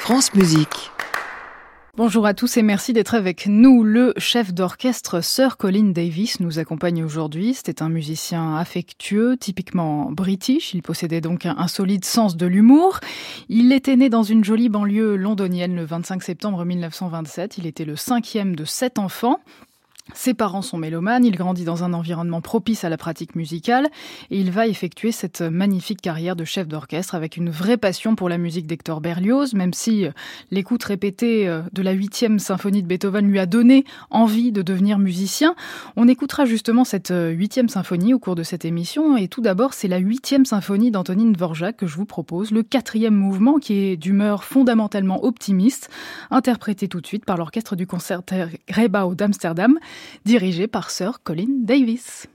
France Musique. Bonjour à tous et merci d'être avec nous. Le chef d'orchestre Sir Colin Davis nous accompagne aujourd'hui. C'était un musicien affectueux, typiquement british. Il possédait donc un solide sens de l'humour. Il était né dans une jolie banlieue londonienne le 25 septembre 1927. Il était le 5e de 7 enfants. Ses parents sont mélomanes, il grandit dans un environnement propice à la pratique musicale et il va effectuer cette magnifique carrière de chef d'orchestre avec une vraie passion pour la musique d'Hector Berlioz, même si l'écoute répétée de la 8e symphonie de Beethoven lui a donné envie de devenir musicien. On écoutera justement cette 8e symphonie au cours de cette émission et tout d'abord c'est la 8e symphonie d'Antonín Dvořák que je vous propose, le 4e mouvement qui est d'humeur fondamentalement optimiste, interprété tout de suite par l'orchestre du Concertgebouw d'Amsterdam, dirigé par Sir Colin Davis.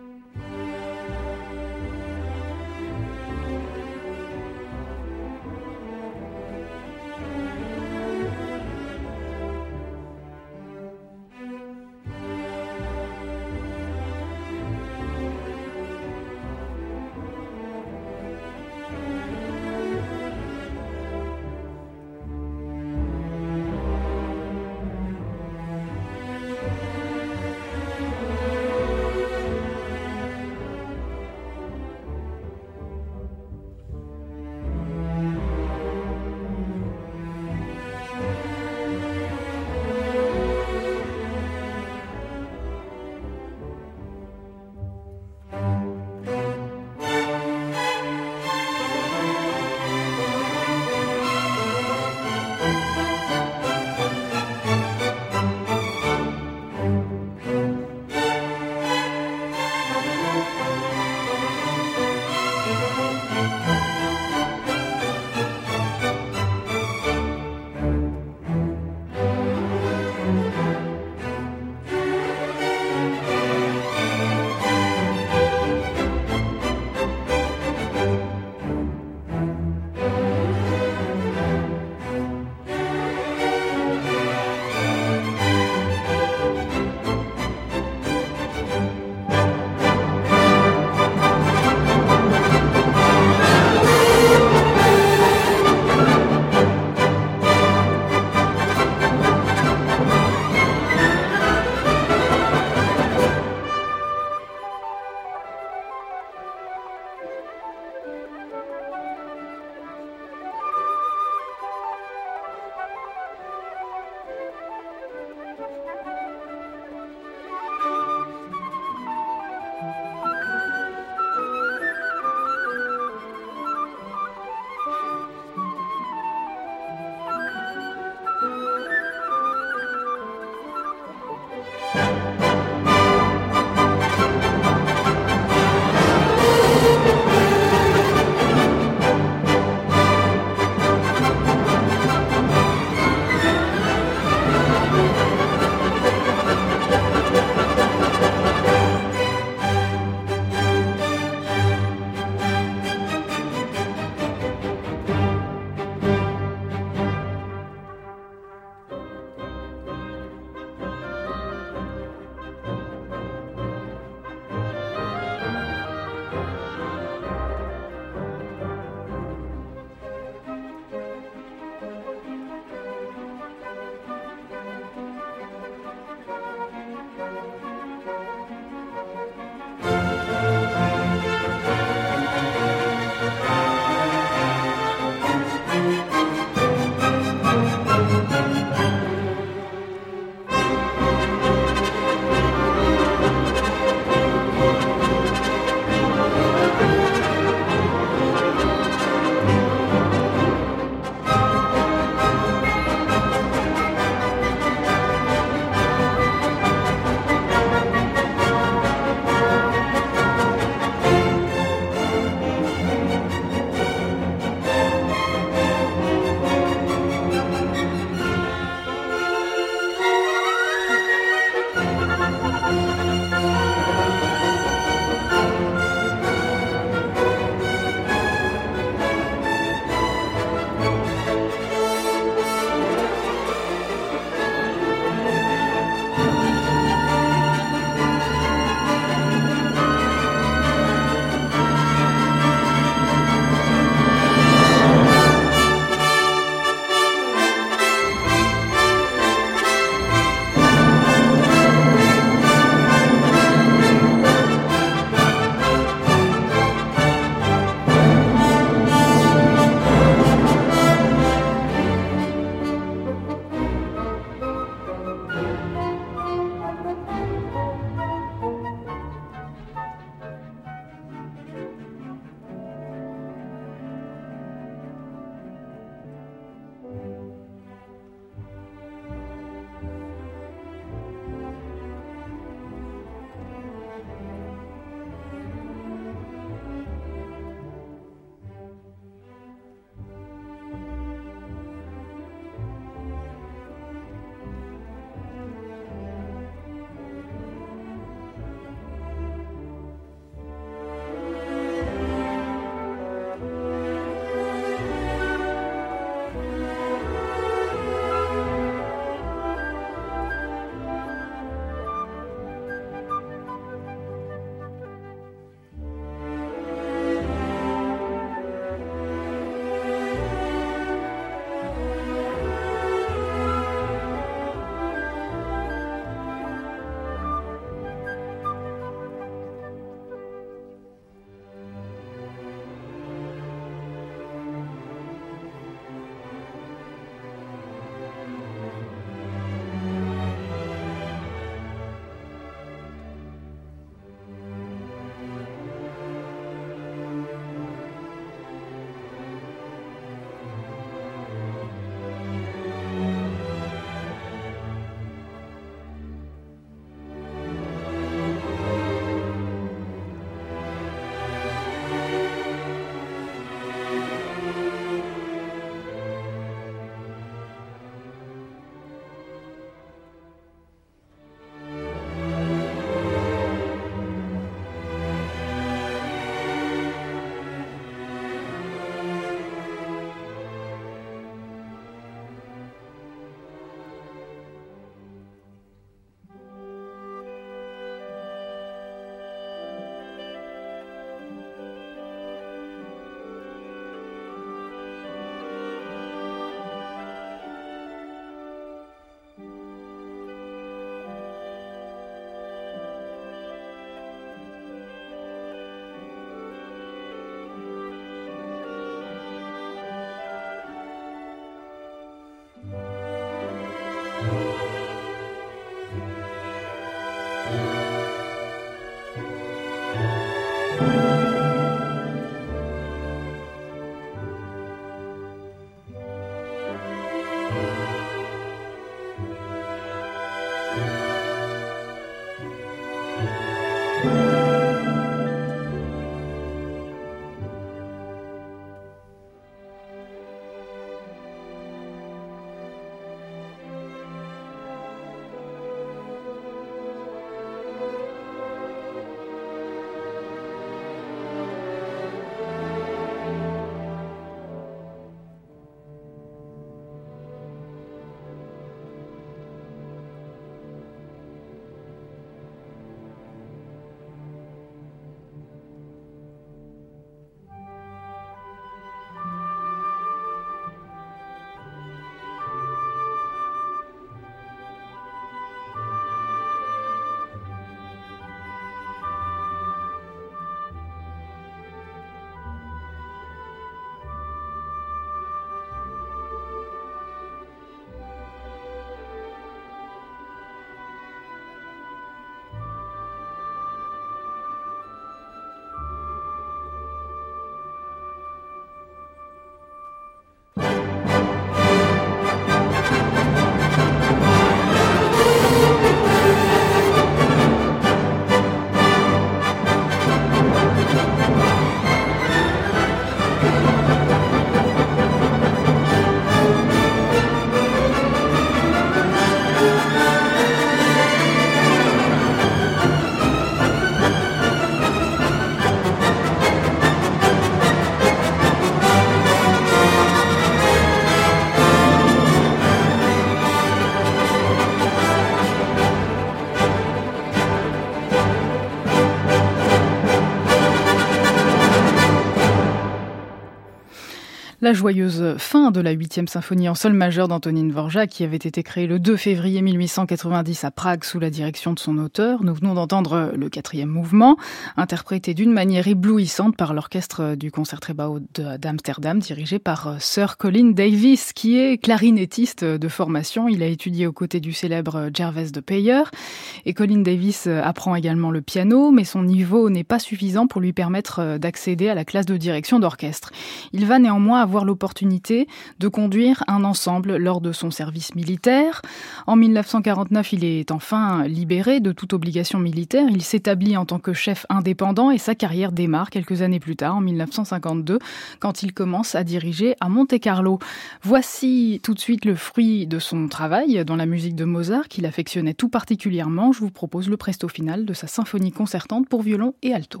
La joyeuse fin de la 8e symphonie en sol majeur d'Antonín Dvořák, qui avait été créée le 2 février 1890 à Prague sous la direction de son auteur. Nous venons d'entendre le 4e mouvement, interprété d'une manière éblouissante par l'orchestre du Concertgebouw d'Amsterdam, dirigé par Sir Colin Davis, qui est clarinettiste de formation. Il a étudié aux côtés du célèbre Gervase de Peyer. Et Colin Davis apprend également le piano, mais son niveau n'est pas suffisant pour lui permettre d'accéder à la classe de direction d'orchestre. Il va néanmoins avoir l'opportunité de conduire un ensemble lors de son service militaire. En 1949, il est enfin libéré de toute obligation militaire. Il s'établit en tant que chef indépendant et sa carrière démarre quelques années plus tard, en 1952, quand il commence à diriger à Monte-Carlo. Voici tout de suite le fruit de son travail dans la musique de Mozart, qu'il affectionnait tout particulièrement. Je vous propose le presto final de sa symphonie concertante pour violon et alto.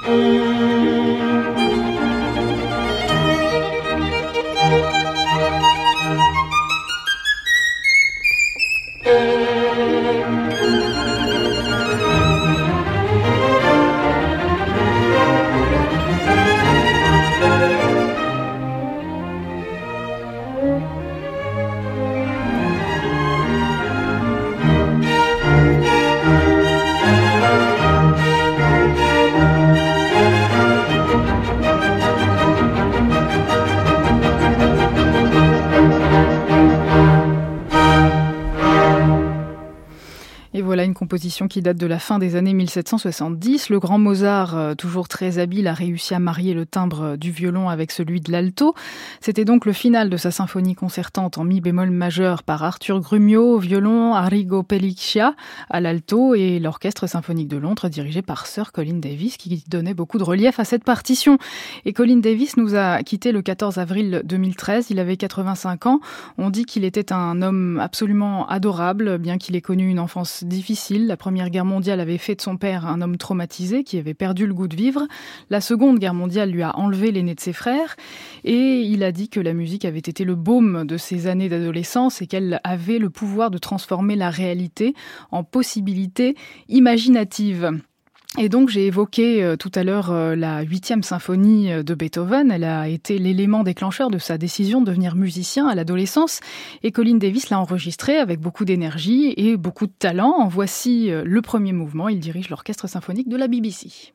Voilà une composition qui date de la fin des années 1770. Le grand Mozart, toujours très habile, a réussi à marier le timbre du violon avec celui de l'alto. C'était donc le final de sa symphonie concertante en mi bémol majeur par Arthur Grumio au violon, Arrigo Pelliccia à l'alto et l'Orchestre symphonique de Londres dirigé par Sir Colin Davis qui donnait beaucoup de relief à cette partition. Et Colin Davis nous a quittés le 14 avril 2013. Il avait 85 ans. On dit qu'il était un homme absolument adorable, bien qu'il ait connu une enfance difficile. La Première Guerre mondiale avait fait de son père un homme traumatisé qui avait perdu le goût de vivre. La Seconde Guerre mondiale lui a enlevé l'aîné de ses frères et il a dit que la musique avait été le baume de ses années d'adolescence et qu'elle avait le pouvoir de transformer la réalité en possibilités imaginatives. Et donc j'ai évoqué tout à l'heure la 8e symphonie de Beethoven. Elle a été l'élément déclencheur de sa décision de devenir musicien à l'adolescence. Et Colin Davis l'a enregistrée avec beaucoup d'énergie et beaucoup de talent. En voici le premier mouvement. Il dirige l'orchestre symphonique de la BBC.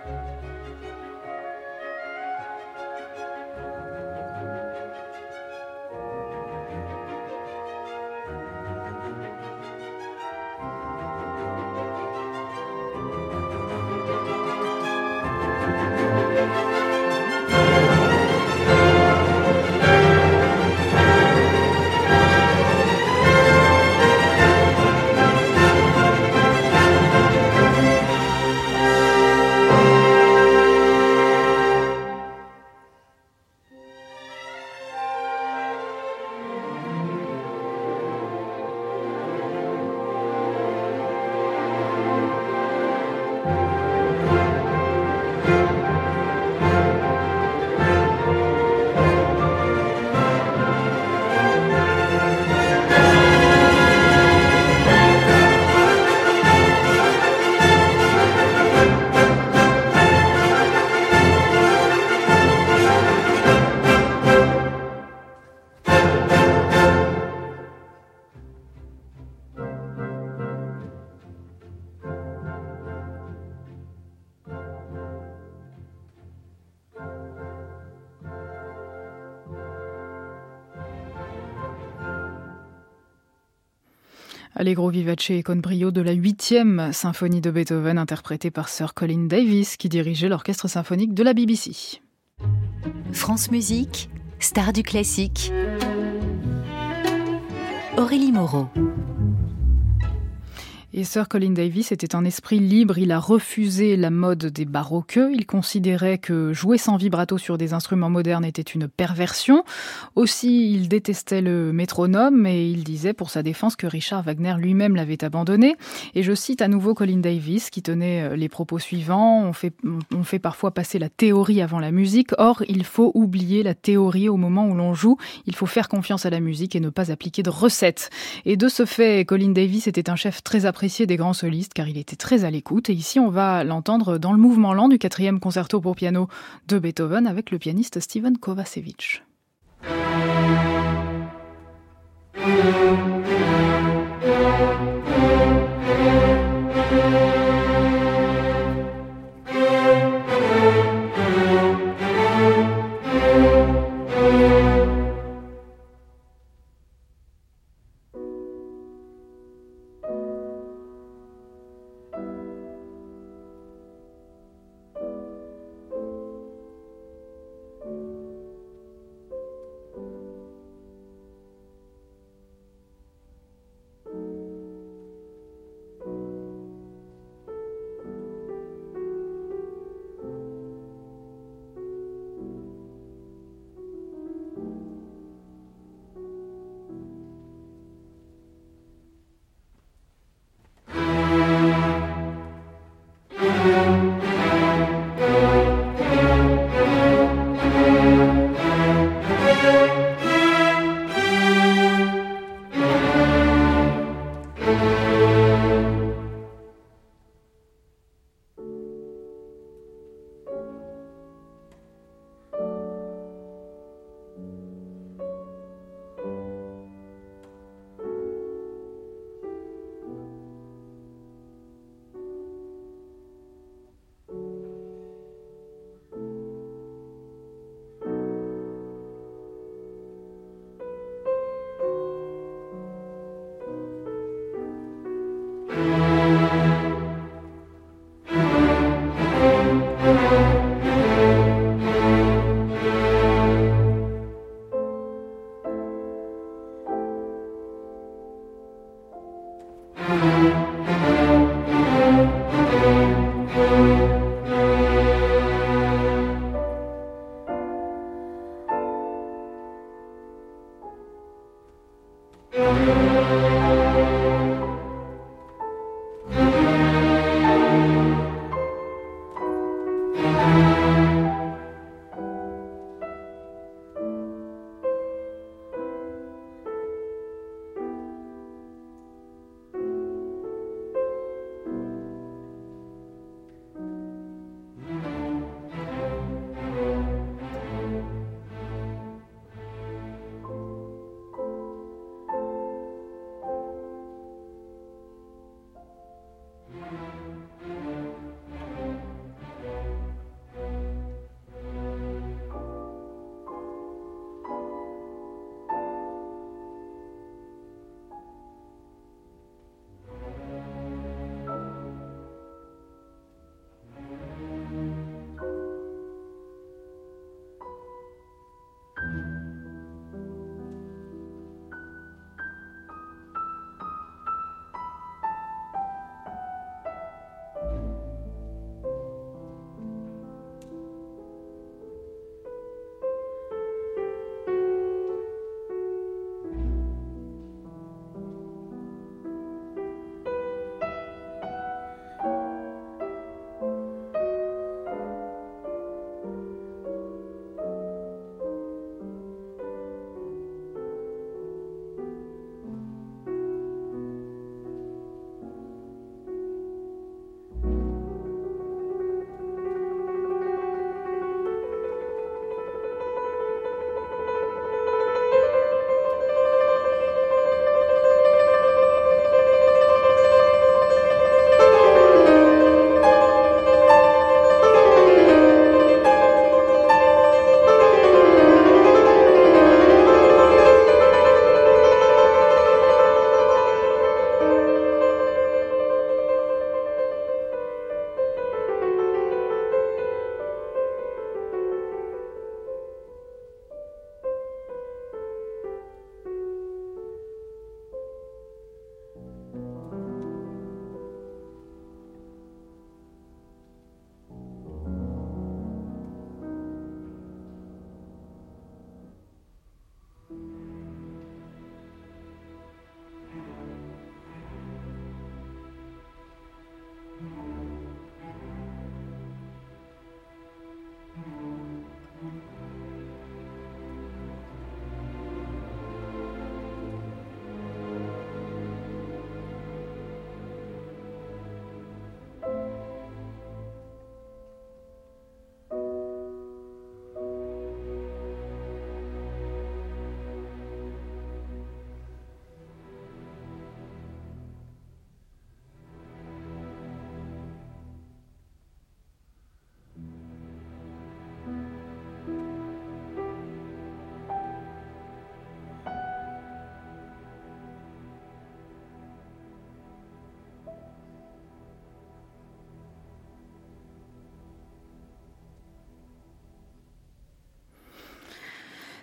Allegro vivace e con brio de la 8e symphonie de Beethoven interprétée par Sir Colin Davis qui dirigeait l'orchestre symphonique de la BBC. France Musique, star du classique. Aurélie Moreau. Et Sir Colin Davis était un esprit libre, il a refusé la mode des baroqueux, il considérait que jouer sans vibrato sur des instruments modernes était une perversion. Aussi, il détestait le métronome et il disait pour sa défense que Richard Wagner lui-même l'avait abandonné. Et je cite à nouveau Colin Davis qui tenait les propos suivants, on fait parfois passer la théorie avant la musique, or il faut oublier la théorie au moment où l'on joue, il faut faire confiance à la musique et ne pas appliquer de recettes. Et de ce fait, Colin Davis était un chef très apprécié des grands solistes car il était très à l'écoute et ici on va l'entendre dans le mouvement lent du 4e concerto pour piano de Beethoven avec le pianiste Steven Kovacevic.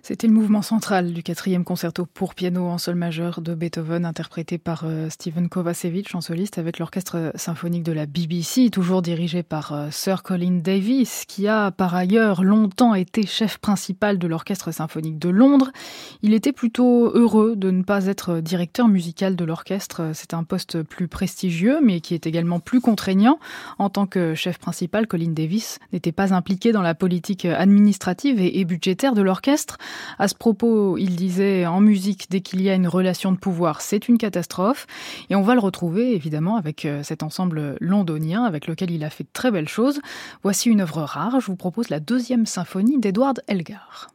C'était le mouvement central du 4e concerto pour piano en sol majeur de Beethoven, interprété par Stephen Kovacevic en soliste avec l'orchestre symphonique de la BBC, toujours dirigé par Sir Colin Davis, qui a par ailleurs longtemps été chef principal de l'orchestre symphonique de Londres. Il était plutôt heureux de ne pas être directeur musical de l'orchestre. C'est un poste plus prestigieux, mais qui est également plus contraignant. En tant que chef principal, Colin Davis n'était pas impliqué dans la politique administrative et budgétaire de l'orchestre. À ce propos, il disait « En musique, dès qu'il y a une relation de pouvoir, c'est une catastrophe ». Et on va le retrouver évidemment avec cet ensemble londonien avec lequel il a fait de très belles choses. Voici une œuvre rare, je vous propose la 2e symphonie d'Edward Elgar.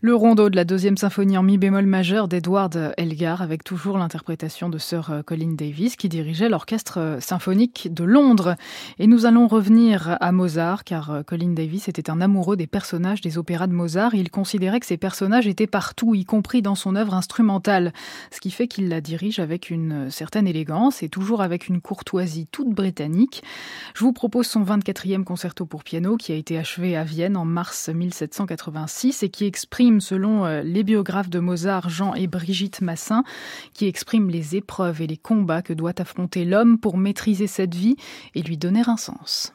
Le rondo de la deuxième symphonie en mi bémol majeur d'Edward Elgar, avec toujours l'interprétation de Sir Colin Davis qui dirigeait l'orchestre symphonique de Londres. Et nous allons revenir à Mozart, car Colin Davis était un amoureux des personnages des opéras de Mozart. Il considérait que ces personnages étaient partout, y compris dans son œuvre instrumentale, ce qui fait qu'il la dirige avec une certaine élégance et toujours avec une courtoisie toute britannique. Je vous propose son 24e concerto pour piano qui a été achevé à Vienne en mars 1786 et qui exprime, selon les biographes de Mozart, Jean et Brigitte Massin, qui exprime les épreuves et les combats que doit affronter l'homme pour maîtriser cette vie et lui donner un sens.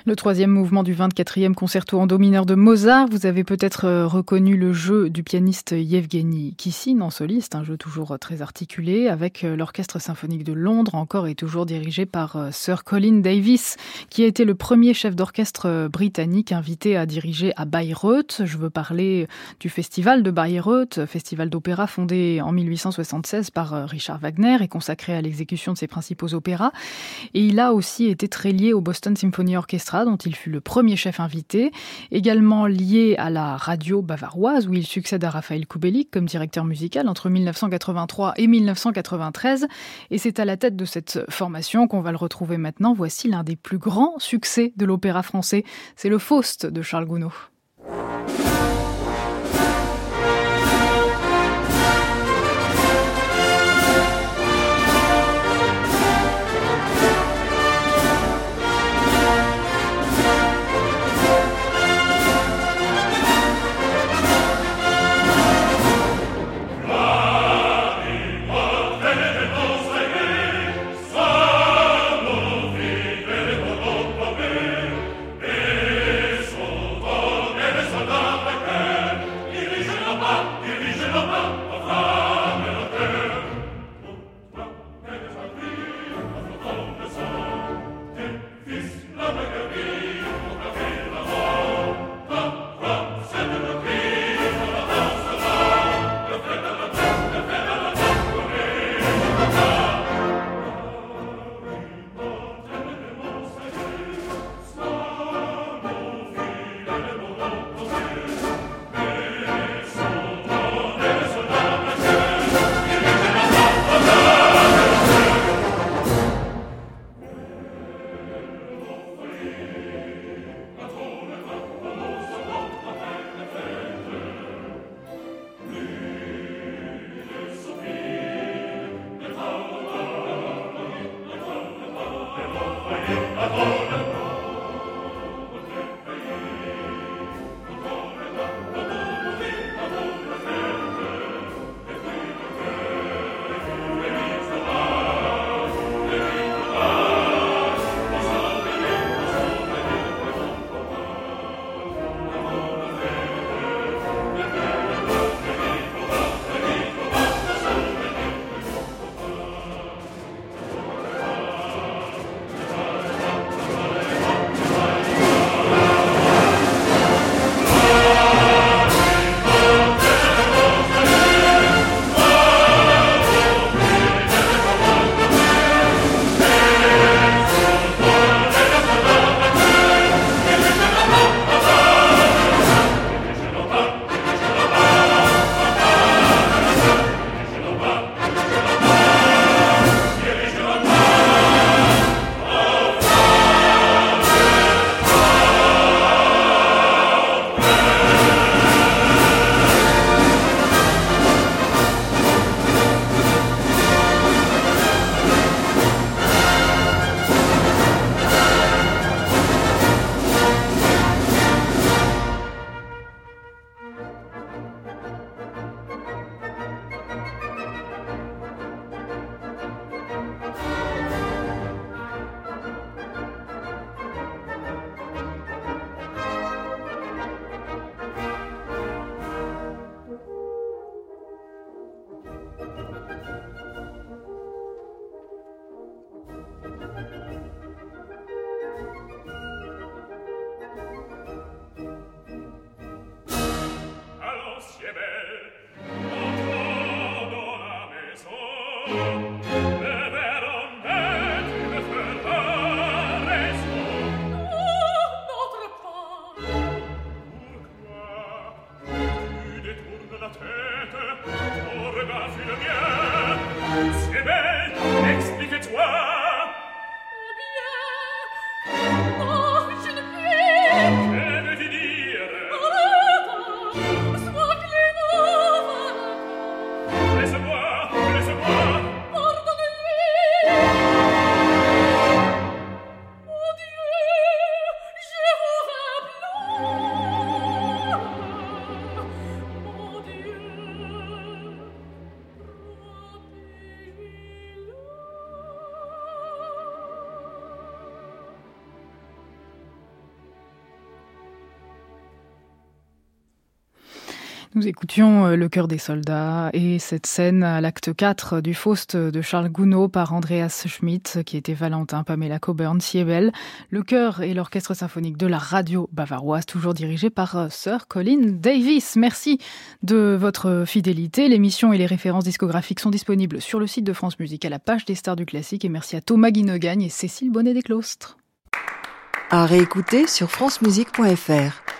Le troisième mouvement du 24e concerto en do mineur de Mozart. Vous avez peut-être reconnu le jeu du pianiste Yevgeny Kissin en soliste, un jeu toujours très articulé, avec l'Orchestre symphonique de Londres, encore et toujours dirigé par Sir Colin Davis, qui a été le premier chef d'orchestre britannique invité à diriger à Bayreuth. Je veux parler du festival de Bayreuth, festival d'opéra fondé en 1876 par Richard Wagner et consacré à l'exécution de ses principaux opéras. Et il a aussi été très lié au Boston Symphony Orchestra, dont il fut le premier chef invité, également lié à la radio bavaroise, où il succède à Raphaël Kubelik comme directeur musical entre 1983 et 1993. Et c'est à la tête de cette formation qu'on va le retrouver maintenant. Voici l'un des plus grands succès de l'opéra français. C'est le Faust de Charles Gounod. Nous écoutions Le chœur des soldats et cette scène à l'acte 4 du Faust de Charles Gounod par Andreas Schmidt, qui était Valentin, Pamela Coburn, Siebel. Le chœur et l'orchestre symphonique de la radio bavaroise, toujours dirigé par Sir Colin Davis. Merci de votre fidélité. L'émission et les références discographiques sont disponibles sur le site de France Musique à la page des stars du classique. Et merci à Thomas Guinogagne et Cécile Bonnet-Desclostres. À réécouter sur francemusique.fr.